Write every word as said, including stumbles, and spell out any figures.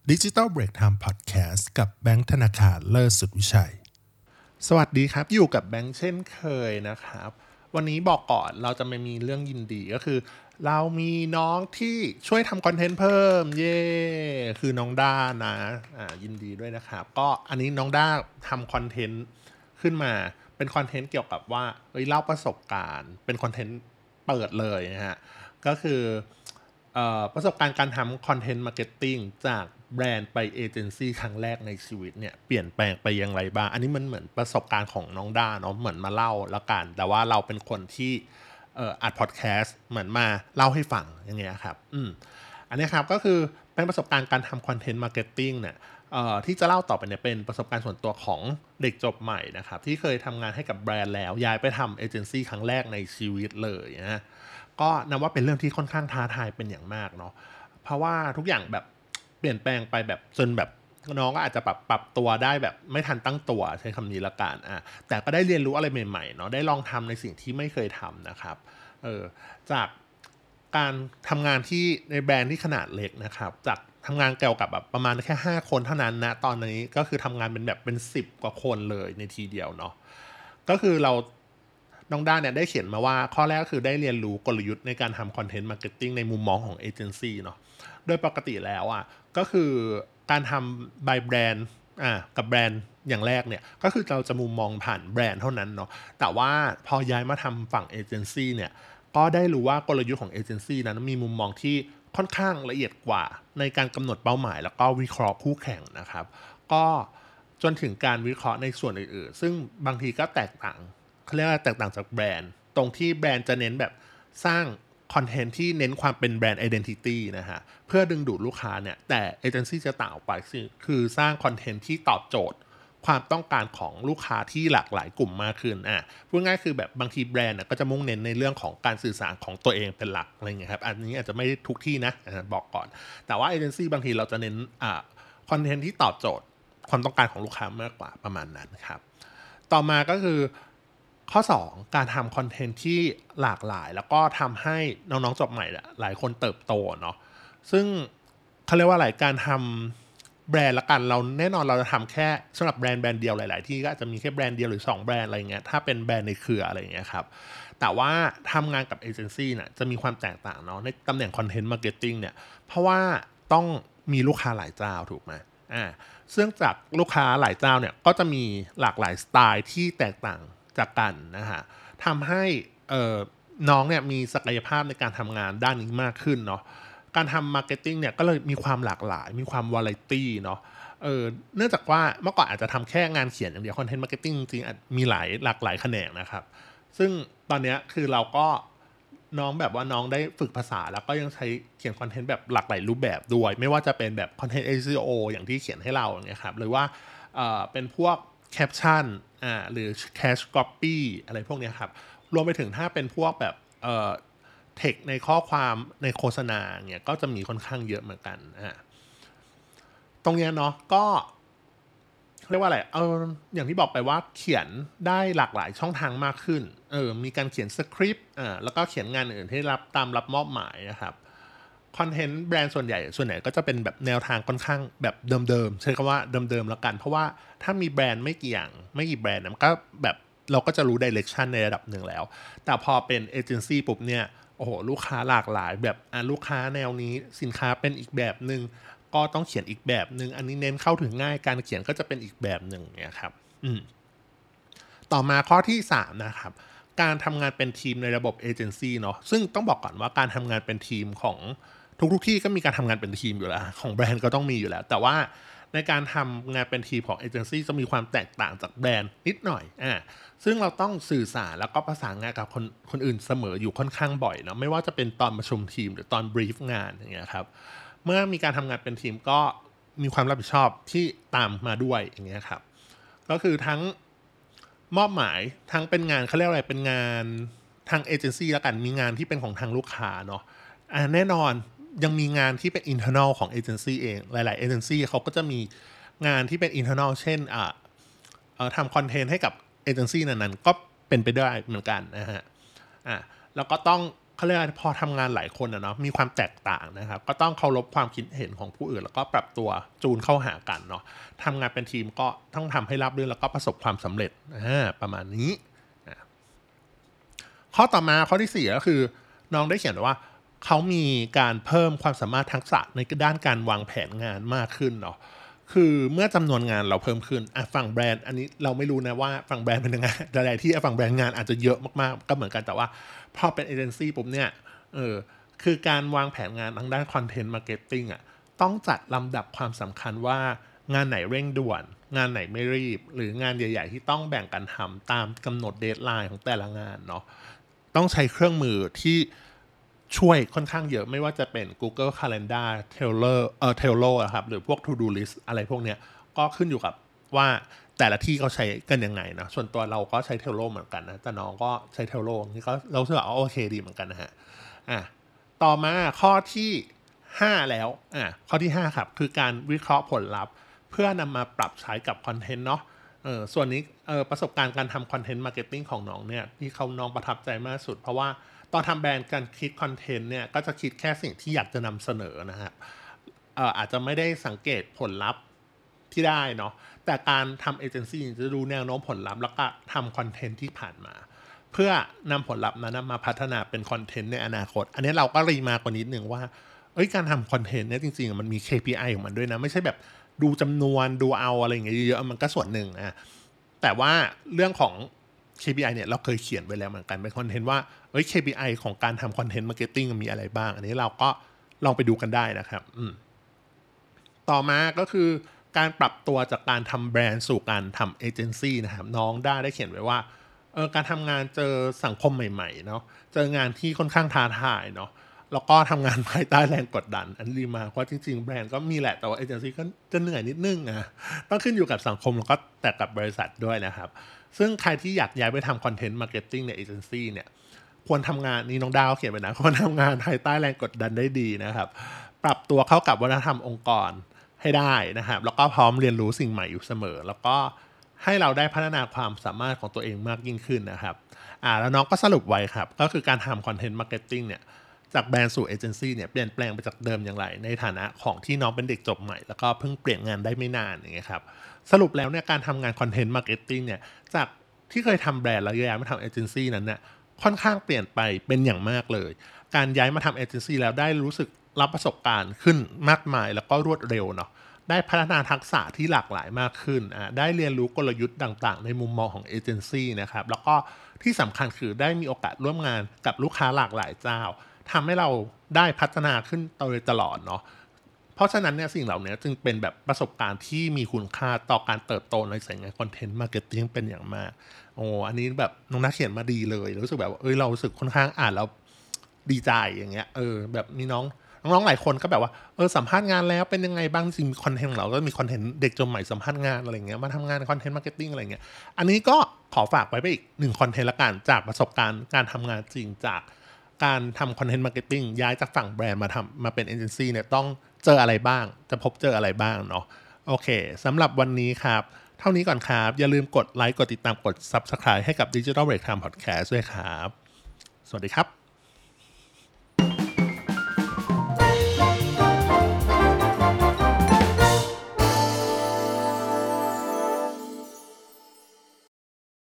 Digital Break Time Podcast กับแบงค์ธนาคารเลิศสุดวิชัยสวัสดีครับอยู่กับแบงค์เช่นเคยนะครับวันนี้บอกก่อนเราจะไม่มีเรื่องยินดีก็คือเรามีน้องที่ช่วยทำคอนเทนต์เพิ่มเย่คือน้องด้านะอ่ายินดีด้วยนะครับก็อันนี้น้องด้าทำคอนเทนต์ขึ้นมาเป็นคอนเทนต์เกี่ยวกับว่าเอ้ยเล่าประสบการณ์เป็นคอนเทนต์เปิดเลยนะฮะก็คือเอ่อประสบการณ์การทำคอนเทนต์มาร์เก็ตติ้งจากแบรนด์ไปเอเจนซี่ครั้งแรกในชีวิตเนี่ยเปลี่ยนแปลงไปอย่างไรบ้างอันนี้มันเหมือนประสบการณ์ของน้องด้าเนาะเหมือนมาเล่าแล้วกันแต่ว่าเราเป็นคนที่เอ่ออัดพอดแคสต์เหมือนมาเล่าให้ฟังอย่างเงี้ยครับอืมอันนี้ครับก็คือเป็นประสบการณ์การทำคอนเทนต์มาร์เก็ตติ้งเนี่ยเอ่อที่จะเล่าต่อไปเนี่ยเป็นประสบการณ์ส่วนตัวของเด็กจบใหม่นะครับที่เคยทำงานให้กับแบรนด์แล้วย้ายไปทำเอเจนซี่ครั้งแรกในชีวิตเลยนะก็นับว่าเป็นเรื่องที่ค่อนข้างท้าทายเป็นอย่างมากเนาะเพราะว่าทุกอย่างแบบเปลี่ยนแปลงไปแบบจนแบบน้องก็อาจจะปรับปรับตัวได้แบบไม่ทันตั้งตัวใช้คำนี้ละกันอ่ะแต่ก็ได้เรียนรู้อะไรใหม่ๆเนาะได้ลองทำในสิ่งที่ไม่เคยทำนะครับเออจากการทำงานที่ในแบรนด์ที่ขนาดเล็กนะครับจากทำงานเกี่ยวกับแบบประมาณแค่ห้าคนเท่านั้นนะตอนนี้ก็คือทำงานเป็นแบบเป็นสิบกว่าคนเลยในทีเดียวเนาะก็คือเรา น้องด้านเนี่ยได้เขียนมาว่าข้อแรกก็คือได้เรียนรู้กลยุทธ์ในการทำคอนเทนต์มาร์เก็ตติ้งในมุมมองของเอเจนซี่เนาะโดยปกติแล้วอ่ะก็คือการทำ by แบรนด์อ่ากับแบรนด์อย่างแรกเนี่ยก็คือเราจะมุมมองผ่านแบรนด์เท่านั้นเนาะแต่ว่าพอย้ายมาทำฝั่งเอเจนซี่เนี่ยก็ได้รู้ว่ากลยุทธ์ของเอเจนซี่นั้นมีมุมมองที่ค่อนข้างละเอียดกว่าในการกำหนดเป้าหมายแล้วก็วิเคราะห์คู่แข่งนะครับก็จนถึงการวิเคราะห์ในส่วนอื่นๆซึ่งบางทีก็แตกต่าง เขาเรียกว่าแตกต่างจากแบรนด์ตรงที่แบรนด์จะเน้นแบบสร้างคอนเทนต์ที่เน้นความเป็นแบรนด์ identity นะฮะเพื่อดึงดูดลูกค้าเนี่ยแต่เอเจนซี่จะต่างออกไปคือสร้างคอนเทนต์ที่ตอบโจทย์ความต้องการของลูกค้าที่หลากหลายกลุ่มมากขึ้นอ่ะพูดง่ายคือแบบบางทีแบรนด์ก็จะมุ่งเน้นในเรื่องของการสื่อสารของตัวเองเป็นหลักอะไรเงี้ยครับอันนี้อาจจะไม่ทุกที่นะบอกก่อนแต่ว่าเอเจนซี่บางทีเราจะเน้นอ่าคอนเทนต์ที่ตอบโจทย์ความต้องการของลูกค้ามากกว่าประมาณนั้นครับต่อมาก็คือ ข้อสองการทำคอนเทนต์ที่หลากหลายแล้วก็ทำให้น้องๆจบใหม่หลายคนเติบโตเนาะซึ่งเขาเรียกว่าอะไรการทำแบรนด์ละกันเราแน่นอนเราจะทำแค่สำหรับแบรนด์แบรนด์เดียวหลายๆที่ก็อาจจะมีแค่แบรนด์เดียวหรือสองแบรนด์อะไรเงี้ยถ้าเป็นแบรนด์ในเครืออะไรเงี้ยครับแต่ว่าทำงานกับเอเจนซี่เนี่ยจะมีความแตกต่างเนาะในตำแหน่งคอนเทนต์มาร์เก็ตติ้งเนี่ยเพราะว่าต้องมีลูกค้าหลายเจ้าถูกไหมอ่าซึ่งจากลูกค้าหลายเจ้าเนี่ยก็จะมีหลากหลายสไตล์ที่แตกต่างจากกันนะฮะทำให้น้องเนี่ยมีศักยภาพในการทำงานด้านนี้มากขึ้นเนาะการทำมาร์เก็ตติ้งเนี่ยก็เลยมีความหลากหลายมีความวาไรตี้เนาะเออเนื่องจากว่าเมื่อก่อนอาจจะทำแค่งานเขียนอย่างเดียวคอนเทนต์มาร์เก็ตติ้งจริงๆมีหลายหลากหลายแขนงนะครับซึ่งตอนนี้คือเราก็น้องแบบว่าน้องได้ฝึกภาษาแล้วก็ยังใช้เขียนคอนเทนต์แบบหลากหลายรูปแบบด้วยไม่ว่าจะเป็นแบบคอนเทนต์ เอ ซี โอ อย่างที่เขียนให้เราอย่างเงี้ยครับหรือว่าเอ่อเป็นพวกแคปชั่นอ่าหรือ cash copy อะไรพวกนี้ครับรวมไปถึงถ้าเป็นพวกแบบเอ่อเทคในข้อความในโฆษณาเนี่ยก็จะมีค่อนข้างเยอะเหมือนกันอ่าตรงนี้เนาะก็เรียกว่าอะไรเอออย่างที่บอกไปว่าเขียนได้หลากหลายช่องทางมากขึ้นเออมีการเขียนสคริปต์อ่าแล้วก็เขียนงานอื่นที่รับตามรับมอบหมายนะครับคอนเทนต์แบรนด์ส่วนใหญ่ส่วนใหญ่ก็จะเป็นแบบแนวทางค่อนข้างแบบเดิมๆใช้คำว่าเดิมๆแล้วกันเพราะว่าถ้ามีแบรนด์ไม่กี่อย่างไม่กี่แบรนด์มันก็แบบเราก็จะรู้ดิเรกชันในระดับหนึ่งแล้วแต่พอเป็นเอเจนซี่ปุ๊บเนี่ยโอ้โหลูกค้าหลากหลายแบบอ่าลูกค้าแนวนี้สินค้าเป็นอีกแบบหนึ่ง ก็ต้องเขียนอีกแบบหนึ่งอันนี้เน้นเข้าถึงง่ายการเขียนก็จะเป็นอีกแบบหนึ่งเนี่ยครับอืมต่อมาข้อที่สามนะครับการทำงานเป็นทีมในระบบเอเจนซี่เนาะซึ่งต้องบอกก่อนว่าการทำงานเป็นทีมของทุกๆที่ก็มีการทำงานเป็นทีมอยู่แล้วของแบรนด์ก็ต้องมีอยู่แล้วแต่ว่าในการทำงานเป็นทีมของเอเจนซี่จะมีความแตกต่างจากแบรนด์นิดหน่อยอ่าซึ่งเราต้องสื่อสารแล้วก็ประสานงานกับคนคนอื่นเสมออยู่ค่อนข้างบ่อยเนาะไม่ว่าจะเป็นตอนประชุมทีมหรือตอนบรีฟงานอย่างเงี้ยครับเมื่อมีการทำงานเป็นทีมก็มีความรับผิดชอบที่ตามมาด้วยอย่างเงี้ยครับก็คือทั้งมอบหมายทั้งเป็นงานเขาเรียกอะไรเป็นงานทางเอเจนซี่แล้วกันมีงานที่เป็นของทางลูกค้าเนาะอ่าแน่นอนยังมีงานที่เป็น internal ของเอเจนซี่เองหลายๆเอเจนซี่เขาก็จะมีงานที่เป็น internal เช่นอ่าเอ่อทำคอนเทนต์ให้กับเอเจนซี่นั้นๆก็เป็นไปได้เหมือนกันนะฮะอ่ะแล้วก็ต้องเขาเรียกพอทำงานหลายคนนะเนาะมีความแตกต่างนะครับก็ต้องเคารพความคิดเห็นของผู้อื่นแล้วก็ปรับตัวจูนเข้าหากันเนาะทำงานเป็นทีมก็ต้องทำให้ราบรื่นแล้วก็ประสบความสำเร็จอ่าประมาณนี้ข้อต่อมาข้อที่สี่ก็คือน้องได้เขียนว่าเขามีการเพิ่มความสามารถทักษะในด้านการวางแผนงานมากขึ้นเนาะคือเมื่อจำนวนงานเราเพิ่มขึ้นอ่ะฝั่งแบรนด์อันนี้เราไม่รู้นะว่าฝั่งแบรนด์เป็นยังไงแต่ใดที่ฝั่งแบรนด์งานอาจจะเยอะมากๆก็เหมือนกันแต่ว่าพอเป็นเอเจนซี่ปุ๊บเนี่ยเออคือการวางแผนงานทางด้านคอนเทนต์มาร์เก็ตติ้งอ่ะต้องจัดลำดับความสำคัญว่างานไหนเร่งด่วนงานไหนไม่รีบหรืองานใหญ่ๆที่ต้องแบ่งกันทำตามกำหนดเดดไลน์ของแต่ละงานเนาะต้องใช้เครื่องมือที่ช่วยค่อนข้างเยอะไม่ว่าจะเป็น Google Calendar Trello เอ่อ Trello ครับหรือพวก To Do List อะไรพวกเนี้ยก็ขึ้นอยู่กับว่าแต่ละที่เขาใช้กันยังไงนะส่วนตัวเราก็ใช้ Trello เหมือนกันนะแต่น้องก็ใช้ Trello นี่ก็เราเชื่อว่าโอเคดีเหมือนกันนะฮะอ่ะต่อมาข้อที่ห้าแล้วอ่ะข้อที่ห้าครับคือการวิเคราะห์ผลลัพธ์เพื่อนำมาปรับใช้กับคอนเทนต์เนาะเออส่วนนี้เออประสบการณ์การทำคอนเทนต์มาร์เก็ตติ้งของน้องเนี่ยที่เขาน้องประทับใจมากสุดเพราะว่าตอนทำแบรนด์การคิดคอนเทนต์เนี่ยก็จะคิดแค่สิ่งที่อยากจะนำเสนอนะครับเอ่ออาจจะไม่ได้สังเกตผลลัพธ์ที่ได้เนาะแต่การทำเอเจนซี่จะดูแนวโน้มผลลัพธ์แล้วก็ทำคอนเทนต์ที่ผ่านมาเพื่อนำผลลัพธ์นั้นมาพัฒนาเป็นคอนเทนต์ในอนาคตอันนี้เราก็รีมากว่านิดนึงว่าเอ้ยการทำคอนเทนต์เนี่ยจริงๆมันมี เค พี ไอ ของมันด้วยนะไม่ใช่แบบดูจำนวนดูเอาอะไรอย่างเงี้ยเยอะๆมันก็ส่วนหนึ่งนะแต่ว่าเรื่องของ เค พี ไอ เนี่ยเราเคยเขียนไว้แล้วเหมือนกันเป็นคอนเทนต์ว่าเอ้ย เค พี ไอ ของการทำคอนเทนต์มาร์เก็ตติ้งมีอะไรบ้างอันนี้เราก็ลองไปดูกันได้นะครับต่อมาก็คือการปรับตัวจากการทำแบรนด์สู่การทำเอเจนซี่นะครับน้องได้ได้เขียนไว้ว่าเออการทำงานเจอสังคมใหม่ๆเนาะเจองานที่ค่อนข้างท้าทายเนาะแล้วก็ทำงานภายใต้แรงกดดันอันดีมากเพราะจริงๆแบรนด์ก็มีแหละแต่ว่าเอเจนซี่ก็จะเหนื่อยนิดนึงอะต้องขึ้นอยู่กับสังคมแล้วก็แต่กับบริษัทด้วยนะครับซึ่งใครที่อยากย้ายไปทำคอนเทนต์มาร์เก็ตติ้งในเอเจนซี่เนี่ยควรทำงานนี่น้องดาวเขียนไปนะควรทำงานภายใต้แรงกดดันได้ดีนะครับปรับตัวเข้ากับวัฒนธรรมองค์กรให้ได้นะครับแล้วก็พร้อมเรียนรู้สิ่งใหม่อยู่เสมอแล้วก็ให้เราได้พัฒนาความสามารถของตัวเองมากยิ่งขึ้นนะครับอ่าแล้วน้องก็สรุปไว้ครับก็คือการทำคอนเทนต์มาร์เก็ตติ้งเนี่ยจากแบรนด์สู่เอเจนซี่เนี่ยเปลี่ยนแปลงไปจากเดิมอย่างไรในฐานะของที่น้องเป็นเด็กจบใหม่แล้วก็เพิ่งเปลี่ยนงานได้ไม่นานอย่างเงี้ยครับสรุปแล้วเนี่ยการทำงานคอนเทนต์มาร์เก็ตติ้งเนี่ยจากที่เคยทำแบรนด์แล้วย้ายมาทำเอเจนซี่นั้นเนี่ยค่อนข้างเปลี่ยนไปเป็นอย่างมากเลยการย้ายมาทำเอเจนซี่แล้วได้รู้สึกรับประสบการณ์ขึ้นมากมายแล้วก็รวดเร็วเนาะได้พัฒนาทักษะที่หลากหลายมากขึ้นอ่าได้เรียนรู้กลยุทธ์ต่างๆในมุมมองของเอเจนซี่นะครับแล้วก็ที่สำคัญคือได้มีโอกาสร่วมงานกับลูกค้าหลากหลายเจ้าทำให้เราได้พัฒนาขึ้นโดยตลอดเนาะเพราะฉะนั้นเนี่ยสิ่งเหล่านี้จึงเป็นแบบประสบการณ์ที่มีคุณค่าต่อการเติบโตในสายงานคอนเทนต์มาร์เก็ตติ้งเป็นอย่างมากโอ้อันนี้แบบน้องนักเขียนมาดีเลยรู้สึกแบบเอ้ยเรารู้สึกค่อนข้างอ่านแล้วดีใจอย่างเงี้ยเออแบบมีน้องน้องๆหลายคนก็แบบว่าเออสัมภาษณ์งานแล้วเป็นยังไงบ้างจริงคอนเทนต์ของเราก็มีคอนเทนต์เด็กจบใหม่สัมภาษณ์งานอะไรเงี้ยมาทำงานคอนเทนต์มาร์เก็ตติ้งอะไรเงี้ยอันนี้ก็ขอฝากไว้ไปอีกหนึ่งคอนเทนต์ละกันจากประสบการณ์การทำงานจริงจากการทำคอนเทนต์มาร์เก็ตติ้งย้ายจากฝั่งแบรนด์มาทำมาเป็นเอเจนซี่เนี่ยต้องเจออะไรบ้างจะพบเจออะไรบ้างเนาะโอเคสำหรับวันนี้ครับเท่านี้ก่อนครับอย่าลืมกดไลค์กดติดตามกด ซับสไครบ์ ให้กับ Digital Break Time Podcast ด้วยครับสวัสดีครับ